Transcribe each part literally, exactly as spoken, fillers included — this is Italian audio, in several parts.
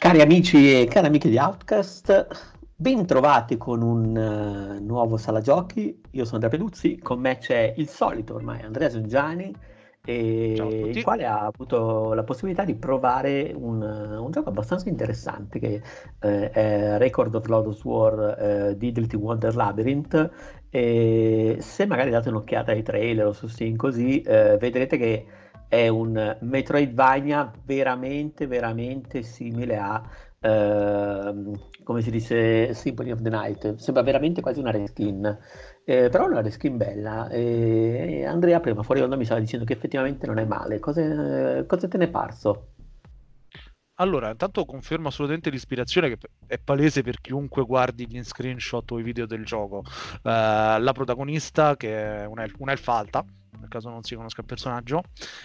Cari amici e cari amiche di Outcast, ben trovati con un eh, nuovo Sala Giochi. Io sono Andrea Peluzzi, con me c'è il solito ormai Andrea Giungiani, Ciao a e il tutti. quale ha avuto la possibilità di provare un, eh, un gioco abbastanza interessante che eh, è Record of Lodoss War eh, Diddlety Wonder Labyrinth. E se magari date un'occhiata ai trailer o su Steam così, eh, vedrete che è un Metroidvania veramente, veramente simile a, ehm, come si dice, Symphony of the Night. Sembra veramente quasi una reskin, eh, però è una reskin bella. E Andrea prima fuori onda mi stava dicendo che effettivamente non è male. Cosa, cosa te ne è parso? Allora, intanto confermo assolutamente l'ispirazione che è palese per chiunque guardi gli screenshot o i video del gioco. Eh, la protagonista, che è una, un'elfa alta, nel caso non si conosca il personaggio,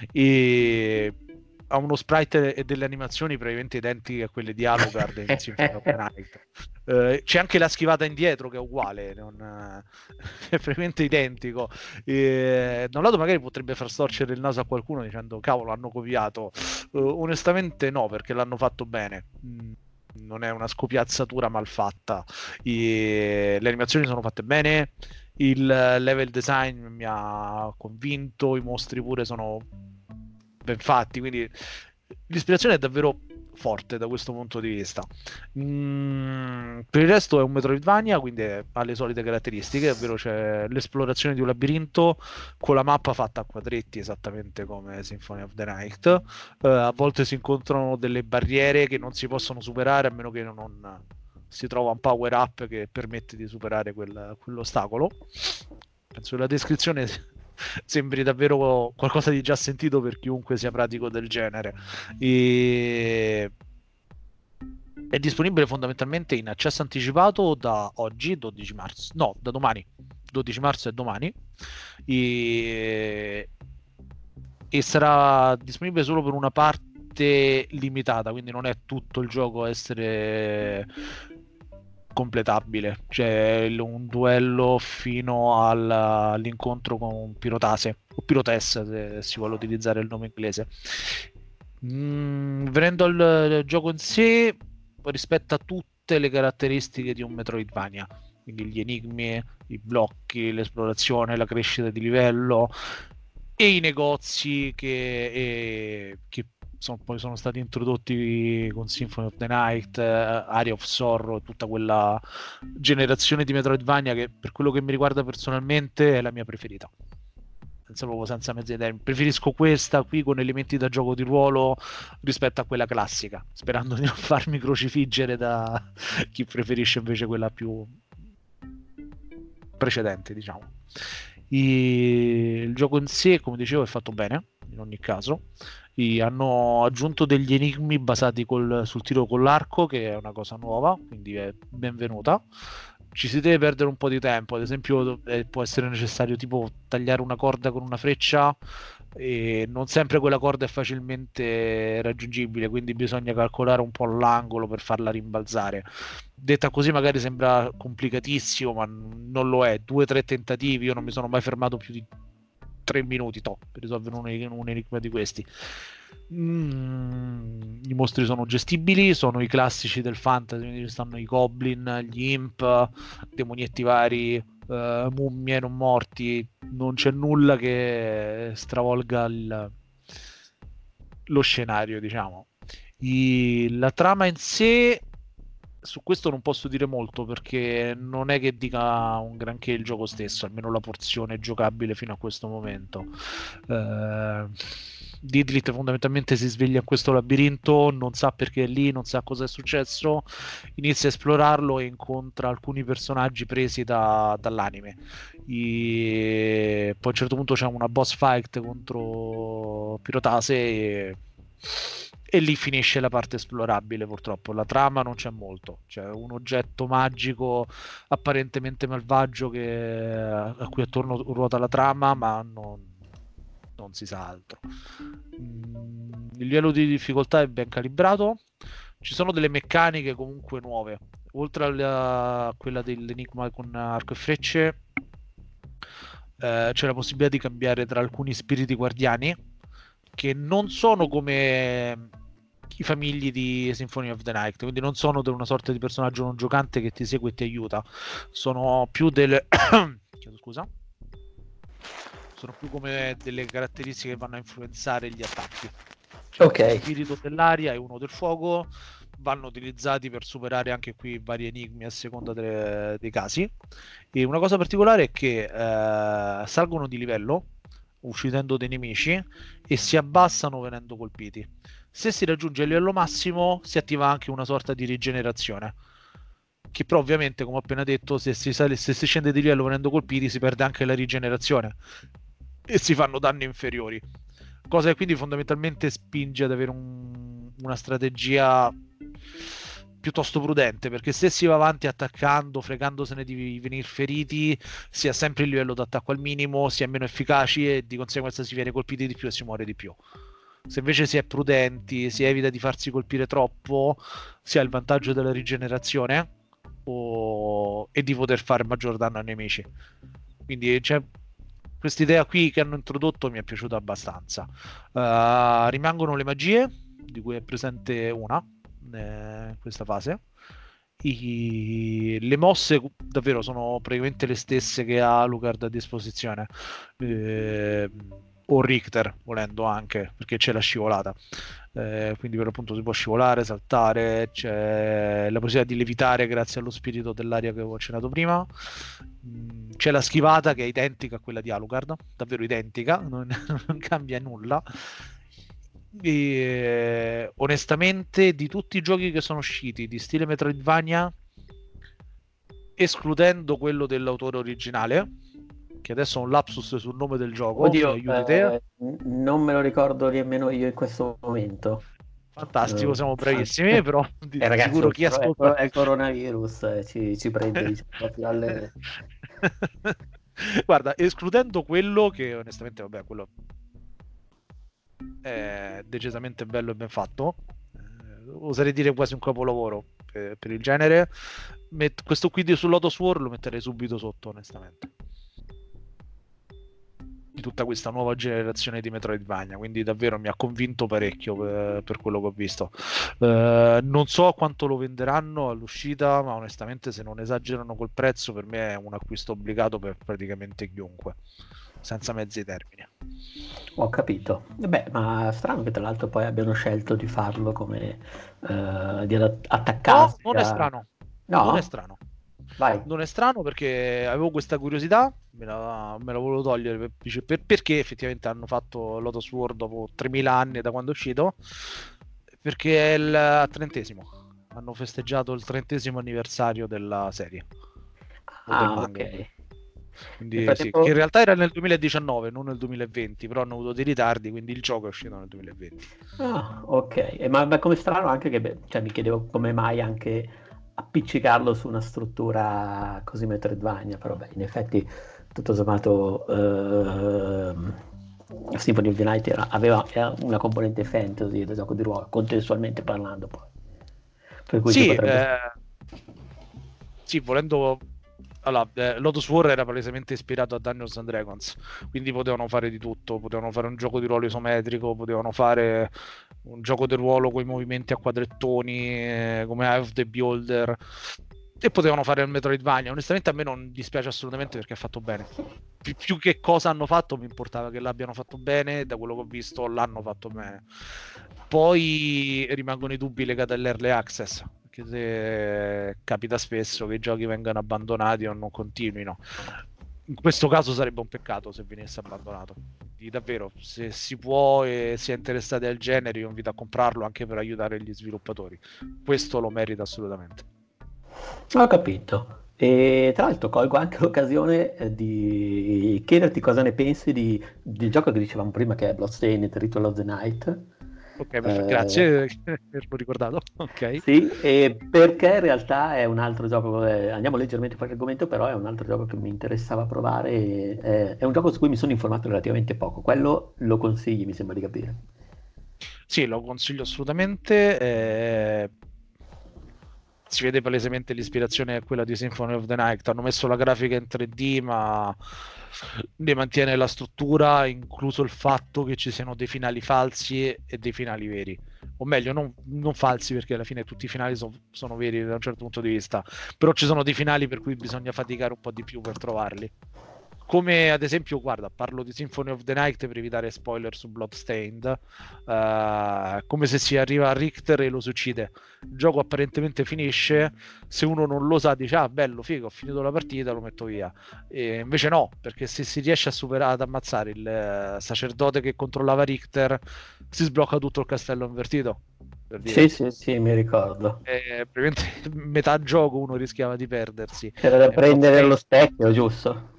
e ha uno sprite e delle animazioni praticamente identiche a quelle di Alucard in Symphony of the Night. Eh, c'è anche la schivata indietro che è uguale, non, è praticamente identico. E, da un lato magari potrebbe far storcere il naso a qualcuno dicendo cavolo, hanno copiato. Uh, onestamente no, perché l'hanno fatto bene. Mm, non è una scopiazzatura mal fatta. I- Le animazioni sono fatte bene, il level design mi ha convinto, i mostri pure sono ben fatti, quindi l'ispirazione è davvero forte da questo punto di vista. Mm, per il resto è un Metroidvania, quindi ha le solite caratteristiche, ovvero c'è l'esplorazione di un labirinto con la mappa fatta a quadretti, esattamente come Symphony of the Night. Eh, a volte si incontrano delle barriere che non si possono superare a meno che non si trova un power up che permette di superare quel- quell'ostacolo. Penso che la descrizione sembri davvero qualcosa di già sentito per chiunque sia pratico del genere. E... È disponibile fondamentalmente in accesso anticipato da oggi, dodici marzo, no, da domani, dodici marzo è domani, e, e sarà disponibile solo per una parte limitata, quindi non è tutto il gioco a essere completabile. C'è il- un duello fino al- all'incontro con Pirotase, o Pirotess se si vuole utilizzare il nome inglese. Mm, venendo al al gioco in sé, rispetta tutte le caratteristiche di un Metroidvania, quindi gli enigmi, i blocchi, l'esplorazione, la crescita di livello e i negozi che, e- che sono- poi sono stati introdotti con Symphony of the Night, eh, Area of Sorrow, e tutta quella generazione di Metroidvania che per quello che mi riguarda personalmente è la mia preferita. Senza proprio senza mezzi termini. Preferisco questa qui con elementi da gioco di ruolo rispetto a quella classica, sperando di non farmi crocifiggere da chi preferisce invece quella più precedente, diciamo. I- Il gioco in sé, come dicevo, è fatto bene, in ogni caso. I- hanno aggiunto degli enigmi basati col- sul tiro con l'arco, che è una cosa nuova, quindi è benvenuta. Ci si deve perdere un po' di tempo, ad esempio, eh, può essere necessario tipo tagliare una corda con una freccia e non sempre quella corda è facilmente raggiungibile, quindi bisogna calcolare un po' l'angolo per farla rimbalzare. Detta così magari sembra complicatissimo, ma non lo è. Due o tre tentativi, io non mi sono mai fermato più di tre minuti top, per risolvere un, un enigma di questi. Mm, I mostri sono gestibili, sono i classici del fantasy, quindi ci stanno i goblin, gli imp, demonietti vari, eh, mummie non morti, non c'è nulla che stravolga il- lo scenario, diciamo. I- la trama in sé, su questo non posso dire molto perché non è che dica un granché il gioco stesso, almeno la porzione giocabile fino a questo momento. Eh, Didlit fondamentalmente si sveglia in questo labirinto, non sa perché è lì, non sa cosa è successo, inizia a esplorarlo e incontra alcuni personaggi presi da- dall'anime. I- Poi a un certo punto c'è una boss fight contro Pirotase e... e lì finisce la parte esplorabile purtroppo. La trama non c'è molto, c'è un oggetto magico apparentemente malvagio che... a cui attorno ruota la trama, ma non, non si sa altro. Mm, il livello di difficoltà è ben calibrato. Ci sono delle meccaniche comunque nuove. Oltre alla- a quella dell'enigma con arco e frecce, eh, c'è la possibilità di cambiare tra alcuni spiriti guardiani che non sono come i famigli di Symphony of the Night, quindi non sono una sorta di personaggio non giocante che ti segue e ti aiuta, sono più delle chiedo scusa sono più come delle caratteristiche che vanno a influenzare gli attacchi. Cioè, Ok. uno spirito dell'aria e uno del fuoco vanno utilizzati per superare anche qui vari enigmi a seconda de- dei casi. E una cosa particolare è che eh, salgono di livello uccidendo dei nemici e si abbassano venendo colpiti. Se si raggiunge il livello massimo si attiva anche una sorta di rigenerazione, che però ovviamente, come ho appena detto, se si, sale, se si scende di livello venendo colpiti si perde anche la rigenerazione e si fanno danni inferiori, cosa che quindi fondamentalmente spinge ad avere un, una strategia piuttosto prudente, perché se si va avanti attaccando, fregandosene di venire feriti, si ha sempre il livello d'attacco al minimo, si è meno efficaci e di conseguenza si viene colpiti di più e si muore di più. Se invece si è prudenti, si evita di farsi colpire troppo, si ha il vantaggio della rigenerazione o... e di poter fare maggior danno ai nemici. Quindi c'è questa idea qui che hanno introdotto mi è piaciuta abbastanza. Uh, rimangono le magie, di cui è presente una eh, in questa fase. I... Le mosse davvero sono praticamente le stesse che ha Alucard a disposizione. Eh, o Richter, volendo anche, perché c'è la scivolata. Eh, quindi per l'appunto si può scivolare, saltare, c'è la possibilità di levitare grazie allo spirito dell'aria che avevo accennato prima. Mm, c'è la schivata che è identica a quella di Alucard, davvero identica, non, non cambia nulla. E, onestamente, di tutti i giochi che sono usciti di stile Metroidvania, escludendo quello dell'autore originale, che adesso ho un lapsus sul nome del gioco, mi Oddio, aiuti te? eh, n- non me lo ricordo nemmeno io in questo momento. Fantastico, Eh, siamo ah, bravissimi, però di, eh, di ragazzi, sicuro il chi coro- è il ascolta... coro- è il coronavirus, eh, ci, ci prende, diciamo, proprio alle... Guarda, escludendo quello che onestamente, vabbè, quello è decisamente bello e ben fatto, eh, oserei dire quasi un capolavoro per, per il genere. Met- questo qui di- su Lotus War lo metterei subito sotto, onestamente, di tutta questa nuova generazione di Metroidvania, quindi davvero mi ha convinto parecchio per, per quello che ho visto. Eh, non so quanto lo venderanno all'uscita, ma onestamente se non esagerano col prezzo per me è un acquisto obbligato per praticamente chiunque, senza mezzi termini. Ho capito. Beh, ma strano che tra l'altro poi abbiano scelto di farlo come, eh, di ad- No, attaccarsi non è a... strano, non è No? strano. Vai. Non è strano perché avevo questa curiosità, me la, me la volevo togliere per- dice, per- perché effettivamente hanno fatto Lotus War dopo tremila anni da quando è uscito, perché è il trentesimo, hanno festeggiato il trentesimo anniversario della serie o del Ah, manga. ok. Nel Quindi sì, che in frattempo... realtà era nel duemiladiciannove, non nel duemilaventi, però hanno avuto dei ritardi, quindi il gioco è uscito nel duemilaventi. Ah, ok. E ma, ma come strano anche che, beh, cioè, mi chiedevo come mai anche appiccicarlo su una struttura così Metroidvania, però beh, in effetti tutto sommato ehm, Symphony of the Night era- aveva era una componente fantasy del gioco di ruolo, contestualmente parlando poi. Per cui si Sì, potrebbe... eh, sì, volendo... Allora, eh, Lotus War era palesemente ispirato a Dungeons and Dragons, quindi potevano fare di tutto, potevano fare un gioco di ruolo isometrico, potevano fare un gioco di ruolo con i movimenti a quadrettoni, eh, come Eye of the Beholder, e potevano fare il Metroidvania. Onestamente a me non dispiace assolutamente perché è fatto bene. Pi- più che cosa hanno fatto, mi importava che l'abbiano fatto bene, da quello che ho visto l'hanno fatto bene. Poi rimangono i dubbi legati all'early access, perché se capita spesso che i giochi vengano abbandonati o non continuino. In questo caso sarebbe un peccato se venisse abbandonato. Quindi davvero, se si può e si è interessati al genere, io invito a comprarlo anche per aiutare gli sviluppatori. Questo lo merita assolutamente. Ho capito. E tra l'altro colgo anche l'occasione eh, di chiederti cosa ne pensi di- del gioco che dicevamo prima che è Bloodstained Ritual of the Night. Ok, perfetto, Eh, grazie per averlo ricordato. Ok. sì, e perché in realtà è un altro gioco, eh, andiamo leggermente fuori argomento, però è un altro gioco che mi interessava provare, e, eh, è un gioco su cui mi sono informato relativamente poco, quello lo consigli, mi sembra di capire. Sì, lo consiglio assolutamente. eh, Si vede palesemente l'ispirazione è quella di Symphony of the Night. Hanno messo la grafica in tre D, ma ne mantiene la struttura, incluso il fatto che ci siano dei finali falsi e dei finali veri. o meglio non, non falsi, perché alla fine tutti i finali so- sono veri da un certo punto di vista, però ci sono dei finali per cui bisogna faticare un po' di più per trovarli. Come ad esempio, guarda, parlo di Symphony of the Night per evitare spoiler su Bloodstained, uh, come se si arriva a Richter e lo si uccide. Il gioco apparentemente finisce, se uno non lo sa dice ah bello, figo, ho finito la partita, lo metto via. E invece no, perché se si riesce a superare, ad ammazzare il eh, sacerdote che controllava Richter, si sblocca tutto il castello invertito, per Sì, dire. sì, sì, mi ricordo. E, praticamente metà gioco uno rischiava di perdersi. C'era da E prendere lo Bloodstained specchio, giusto?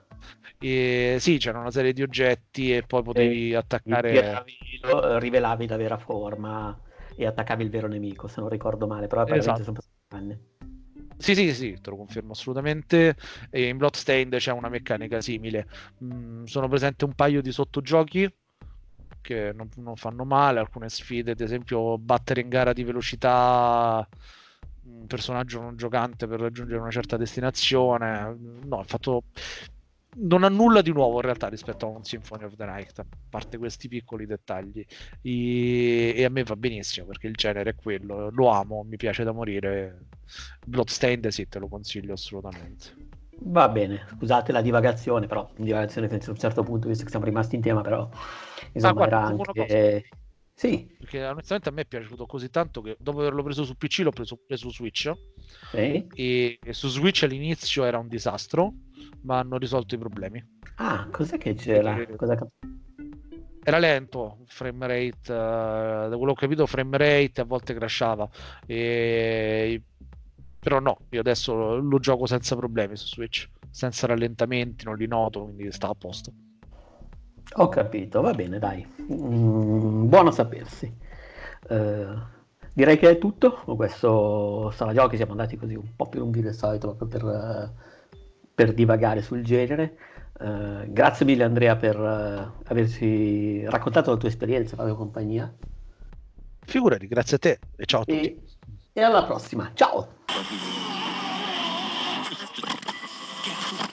e sì, c'era una serie di oggetti e poi E potevi ti attaccare. tiravi, lo- rivelavi la vera forma e attaccavi il vero nemico, se non ricordo male, però apparentemente sono Esatto. passati anni. Sì, sì, sì, te lo confermo assolutamente. E in Bloodstained c'è una meccanica simile. Mm, sono presente un paio di sottogiochi che non, non fanno male, alcune sfide, ad esempio battere in gara di velocità un personaggio non giocante per raggiungere una certa destinazione. No, è fatto... Non ha nulla di nuovo in realtà rispetto a un Symphony of the Night, a parte questi piccoli dettagli. I- E a me va benissimo perché il genere è quello, lo amo, mi piace da morire. Bloodstained sì, te lo consiglio assolutamente. Va bene, scusate la divagazione, però divagazione fino a un certo punto, visto che siamo rimasti in tema, però Ah, insomma guarda, era aggiungo una cosa. anche... Sì, Perché onestamente a me è piaciuto così tanto che dopo averlo preso su P C l'ho preso preso su Switch sì. e, e su Switch all'inizio era un disastro, ma hanno risolto i problemi. Ah, cos'è che c'era? E Cosa... cap- era lento, frame rate, eh, da quello che ho capito frame rate a volte crashava, e... però no, io adesso lo, lo gioco senza problemi su Switch, senza rallentamenti, non li noto, quindi sta a posto. Ho capito, va bene, dai. Mm, buono a sapersi. Eh, direi che è tutto. Con questo Sala Giochi siamo andati così un po' più lunghi del solito proprio per, eh, per divagare sul genere. Eh, grazie mille Andrea per eh, averci raccontato la tua esperienza, la tua compagnia. Figurati, grazie a te e ciao a tutti. E, e alla prossima. Ciao!